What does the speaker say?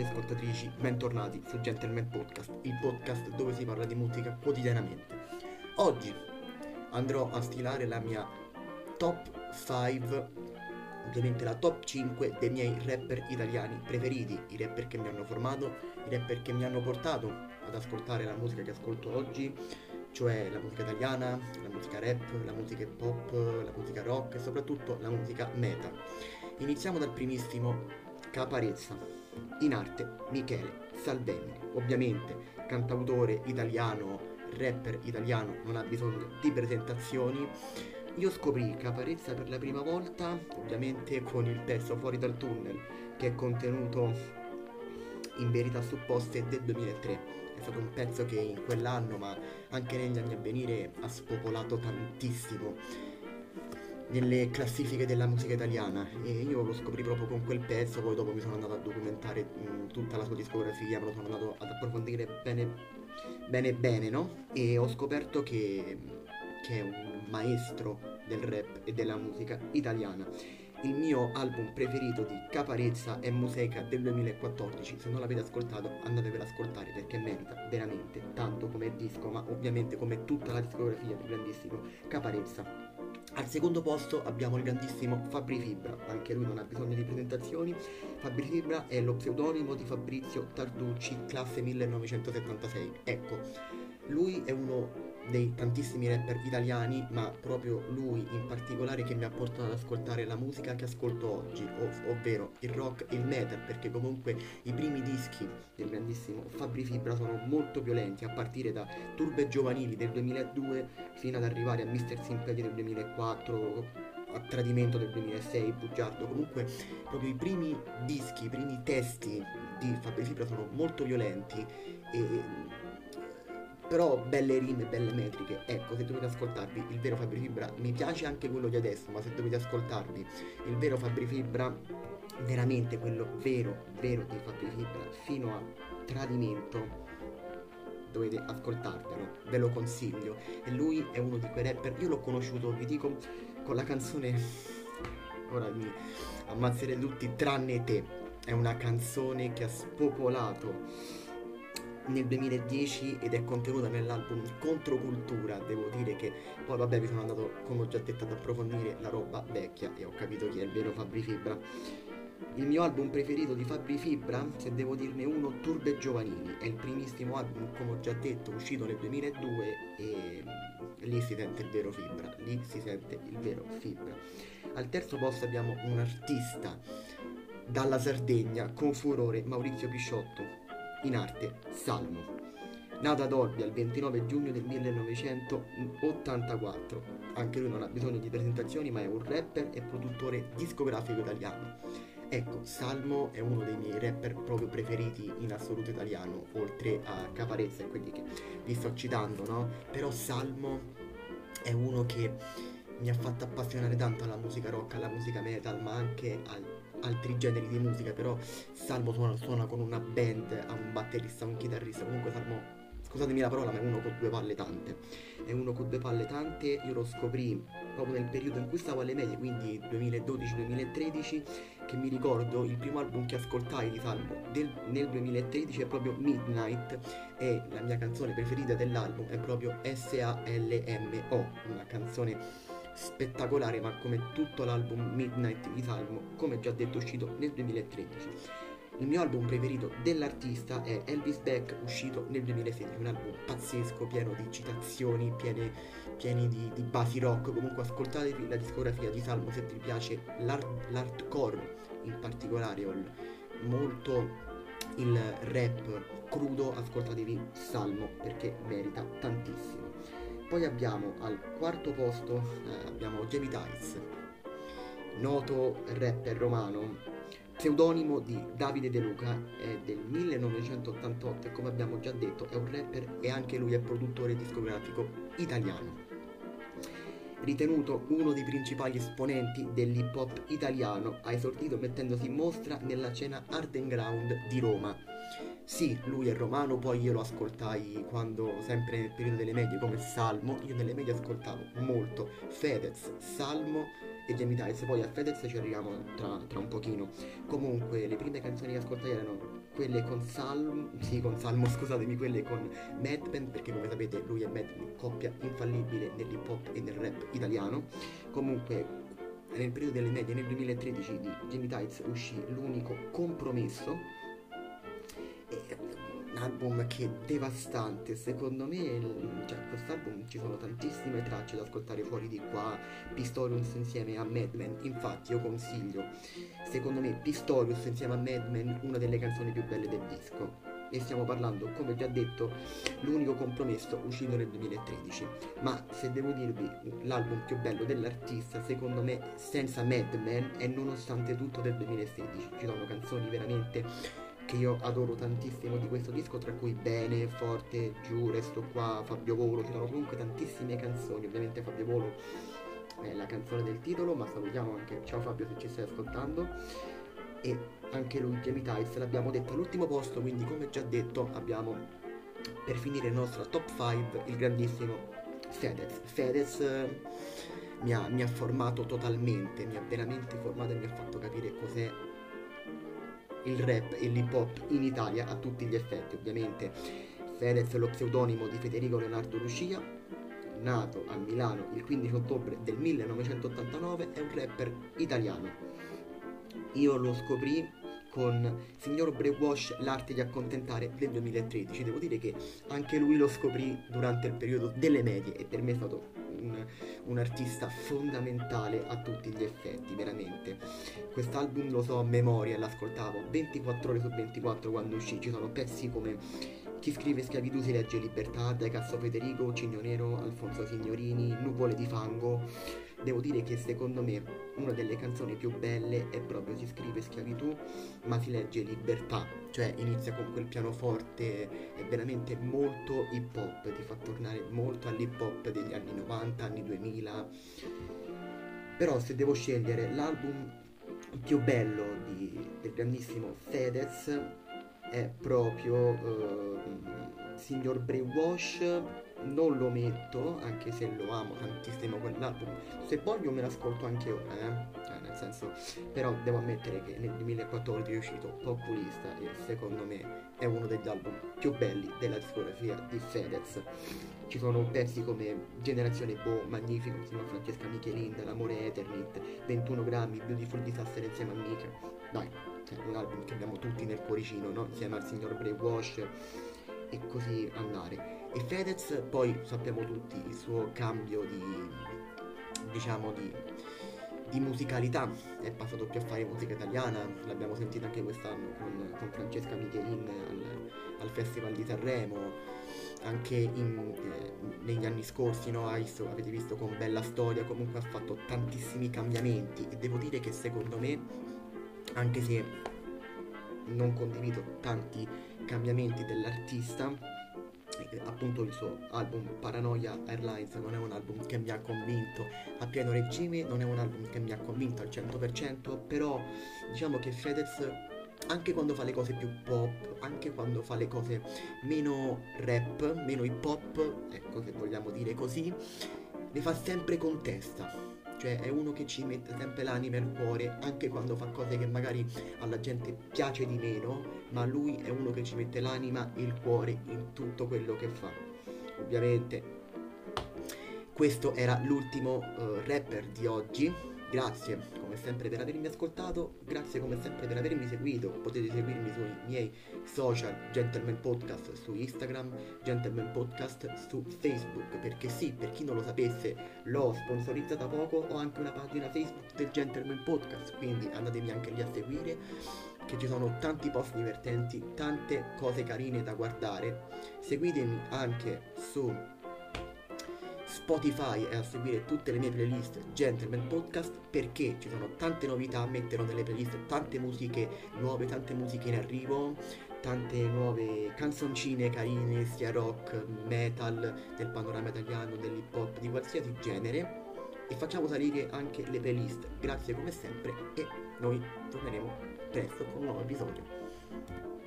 e ascoltatrici, bentornati su Gentleman Podcast, il podcast dove si parla di musica quotidianamente. Oggi andrò a stilare la mia top 5, ovviamente la top 5 dei miei rapper italiani preferiti, i rapper che mi hanno formato, i rapper che mi hanno portato ad ascoltare la musica che ascolto oggi, cioè la musica italiana, la musica rap, la musica hip hop, la musica rock e soprattutto la musica metal. Iniziamo dal primissimo Caparezza, in arte Michele Salvemini, ovviamente cantautore italiano, rapper italiano, non ha bisogno di presentazioni. Io scoprì Caparezza per la prima volta ovviamente con il pezzo Fuori dal tunnel, che è contenuto in Verità supposte del 2003. È stato un pezzo che in quell'anno, ma anche negli anni a venire, ha spopolato tantissimo nelle classifiche della musica italiana, e io lo scoprì proprio con quel pezzo. Poi dopo mi sono andato a documentare tutta la sua discografia, me lo sono andato ad approfondire bene, no? E ho scoperto che è un maestro del rap e della musica italiana. Il mio album preferito di Caparezza è Museca del 2014. Se non l'avete ascoltato, andatevelo ad ascoltare perché merita veramente tanto come disco, ma ovviamente come tutta la discografia del grandissimo Caparezza. Al secondo posto abbiamo il grandissimo Fabri Fibra, anche lui non ha bisogno di presentazioni. Fabri Fibra è lo pseudonimo di Fabrizio Tarducci, classe 1976. Ecco, lui è uno dei tantissimi rapper italiani, ma proprio lui in particolare che mi ha portato ad ascoltare la musica che ascolto oggi, ovvero il rock e il metal, perché comunque i primi dischi del grandissimo Fabri Fibra sono molto violenti, a partire da Turbe Giovanili del 2002 fino ad arrivare a Mr. Simpedi del 2004, a Tradimento del 2006, Bugiardo. Comunque proprio i primi dischi, i primi testi di Fabri Fibra sono molto violenti, però belle rime, belle metriche. Ecco, se dovete ascoltarvi il vero Fabri Fibra, mi piace anche quello di adesso, ma se dovete ascoltarvi il vero Fabri Fibra, veramente quello vero di Fabri Fibra fino a Tradimento, dovete ascoltarvelo, ve lo consiglio. E lui è uno di quei rapper, io l'ho conosciuto, vi dico, con la canzone, ora mi ammazzerete tutti tranne te, è una canzone che ha spopolato nel 2010 ed è contenuta nell'album Controcultura. Devo dire che poi vabbè mi sono andato, come ho già detto, ad approfondire la roba vecchia e ho capito chi è il vero Fabri Fibra. Il mio album preferito di Fabri Fibra, se devo dirne uno, Turbe Giovanili, è il primissimo album, come ho già detto, uscito nel 2002, e lì si sente il vero Fibra, lì si sente il vero Fibra. Al terzo posto abbiamo un artista dalla Sardegna con furore, Maurizio Pisciotto, in arte Salmo, nato ad Olbia il 29 giugno del 1984. Anche lui non ha bisogno di presentazioni, ma è un rapper e produttore discografico italiano. Ecco, Salmo è uno dei miei rapper proprio preferiti in assoluto italiano, oltre a Caparezza e quelli che vi sto citando, no? Però Salmo è uno che mi ha fatto appassionare tanto alla musica rock, alla musica metal, ma anche altri generi di musica. Però Salmo suona con una band, ha un batterista, un chitarrista. Comunque Salmo, scusatemi la parola, ma è uno con due palle tante. È uno con due palle tante. Io lo scoprì proprio nel periodo in cui stavo alle medie, quindi 2012-2013, che mi ricordo il primo album che ascoltai di Salmo nel 2013 è proprio Midnight, e la mia canzone preferita dell'album è proprio SALMO, una canzone spettacolare, ma come tutto l'album Midnight di Salmo, come già detto, uscito nel 2013. Il mio album preferito dell'artista è Elvis Beck, uscito nel 2016, un album pazzesco, pieno di citazioni, pieni di basi rock. Comunque ascoltatevi la discografia di Salmo se vi piace l'hardcore in particolare, o molto il rap crudo, ascoltatevi Salmo perché merita tantissimo. Poi abbiamo al quarto posto abbiamo Jamie Tights, noto rapper romano, pseudonimo di Davide De Luca, è del 1988 e come abbiamo già detto è un rapper e anche lui è produttore discografico italiano. Ritenuto uno dei principali esponenti dell'hip hop italiano, ha esordito mettendosi in mostra nella scena underground di Roma. Sì, lui è romano, poi io lo ascoltai quando, sempre nel periodo delle medie, come Salmo. Io nelle medie ascoltavo molto Fedez, Salmo e Jamie Tights, poi a Fedez ci arriviamo tra un pochino. Comunque, le prime canzoni che ascoltai erano quelle con Salmo, sì, con Salmo, scusatemi, quelle con Madman, perché come sapete lui e Madman, coppia infallibile nell'hip hop e nel rap italiano. Comunque, nel periodo delle medie, nel 2013, di Jamie Tights uscì L'unico compromesso, è un album che è devastante, secondo me, cioè quest'album ci sono tantissime tracce da ascoltare fuori di qua, Pistorius insieme a Madman, infatti io consiglio, secondo me Pistorius insieme a Madman, una delle canzoni più belle del disco. E stiamo parlando, come già detto, L'unico compromesso uscito nel 2013. Ma se devo dirvi l'album più bello dell'artista, secondo me, senza Madman, è Nonostante tutto del 2016. Ci sono canzoni veramente che io adoro tantissimo di questo disco, tra cui Bene, Forte, Giù, Resto qua, Fabio Volo. Ci sono comunque tantissime canzoni, ovviamente Fabio Volo è la canzone del titolo, ma salutiamo anche, ciao Fabio se ci stai ascoltando, e anche lui, Jamie Tights, l'abbiamo detto all'ultimo posto, quindi come già detto abbiamo, per finire il nostro top 5, il grandissimo Fedez. Fedez mi ha formato totalmente, mi ha veramente formato e mi ha fatto capire cos'è il rap e l'hip hop in Italia a tutti gli effetti. Ovviamente Fedez è lo pseudonimo di Federico Leonardo Lucia, nato a Milano il 15 ottobre del 1989, è un rapper italiano. Io lo scoprì con Signor Brainwash, l'arte di accontentare del 2013. Devo dire che anche lui lo scoprì durante il periodo delle medie e per me è stato un artista fondamentale a tutti gli effetti, veramente. Quest'album lo so a memoria, l'ascoltavo 24 ore su 24 quando uscì. Ci sono pezzi come Chi scrive schiavitù si legge libertà, dai Casso Federico, Cigno Nero, Alfonso Signorini, Nuvole di fango. Devo dire che secondo me una delle canzoni più belle è proprio Si scrive schiavitù ma si legge libertà, cioè inizia con quel pianoforte, è veramente molto hip hop, ti fa tornare molto all'hip hop degli anni 90, anni 2000. Però se devo scegliere l'album più bello del grandissimo Fedez è proprio Signor Brainwash. Non lo metto, anche se lo amo tantissimo quell'album. Se voglio me l'ascolto anche ora, nel senso, però devo ammettere che nel 2014 è uscito Populista e secondo me è uno degli album più belli della discografia di Fedez. Ci sono pezzi come Generazione Boh, Magnifico insieme a Francesca Michelin, L'amore Eternit, 21 grammi, Beautiful Disaster insieme a Mika. Dai, è un album che abbiamo tutti nel cuoricino, no? Insieme al Signor Brainwash e così andare. E Fedez poi sappiamo tutti il suo cambio di musicalità, è passato più a fare musica italiana, l'abbiamo sentito anche quest'anno con Francesca Michelin al Festival di Sanremo, anche negli anni scorsi, no? Avete visto con Bella Storia, comunque ha fatto tantissimi cambiamenti e devo dire che secondo me, anche se non condivido tanti cambiamenti dell'artista, appunto il suo album Paranoia Airlines non è un album che mi ha convinto a pieno regime, non è un album che mi ha convinto al 100%, però diciamo che Fedez, anche quando fa le cose più pop, anche quando fa le cose meno rap, meno hip hop, ecco, se vogliamo dire così, le fa sempre con testa. Cioè è uno che ci mette sempre l'anima e il cuore, anche quando fa cose che magari alla gente piace di meno, ma lui è uno che ci mette l'anima e il cuore in tutto quello che fa. Ovviamente questo era l'ultimo rapper di oggi. Grazie come sempre per avermi ascoltato, grazie come sempre per avermi seguito. Potete seguirmi sui miei social, Gentleman Podcast su Instagram, Gentleman Podcast su Facebook, perché sì, per chi non lo sapesse, l'ho sponsorizzata poco, ho anche una pagina Facebook del Gentleman Podcast, quindi andatemi anche lì a seguire, che ci sono tanti post divertenti, tante cose carine da guardare. Seguitemi anche su Spotify e a seguire tutte le mie playlist Gentleman Podcast, perché ci sono tante novità, metterò nelle playlist tante musiche nuove, tante musiche in arrivo, tante nuove canzoncine carine, sia rock, metal, del panorama italiano, dell'hip hop, di qualsiasi genere, e facciamo salire anche le playlist. Grazie come sempre e noi torneremo presto con un nuovo episodio.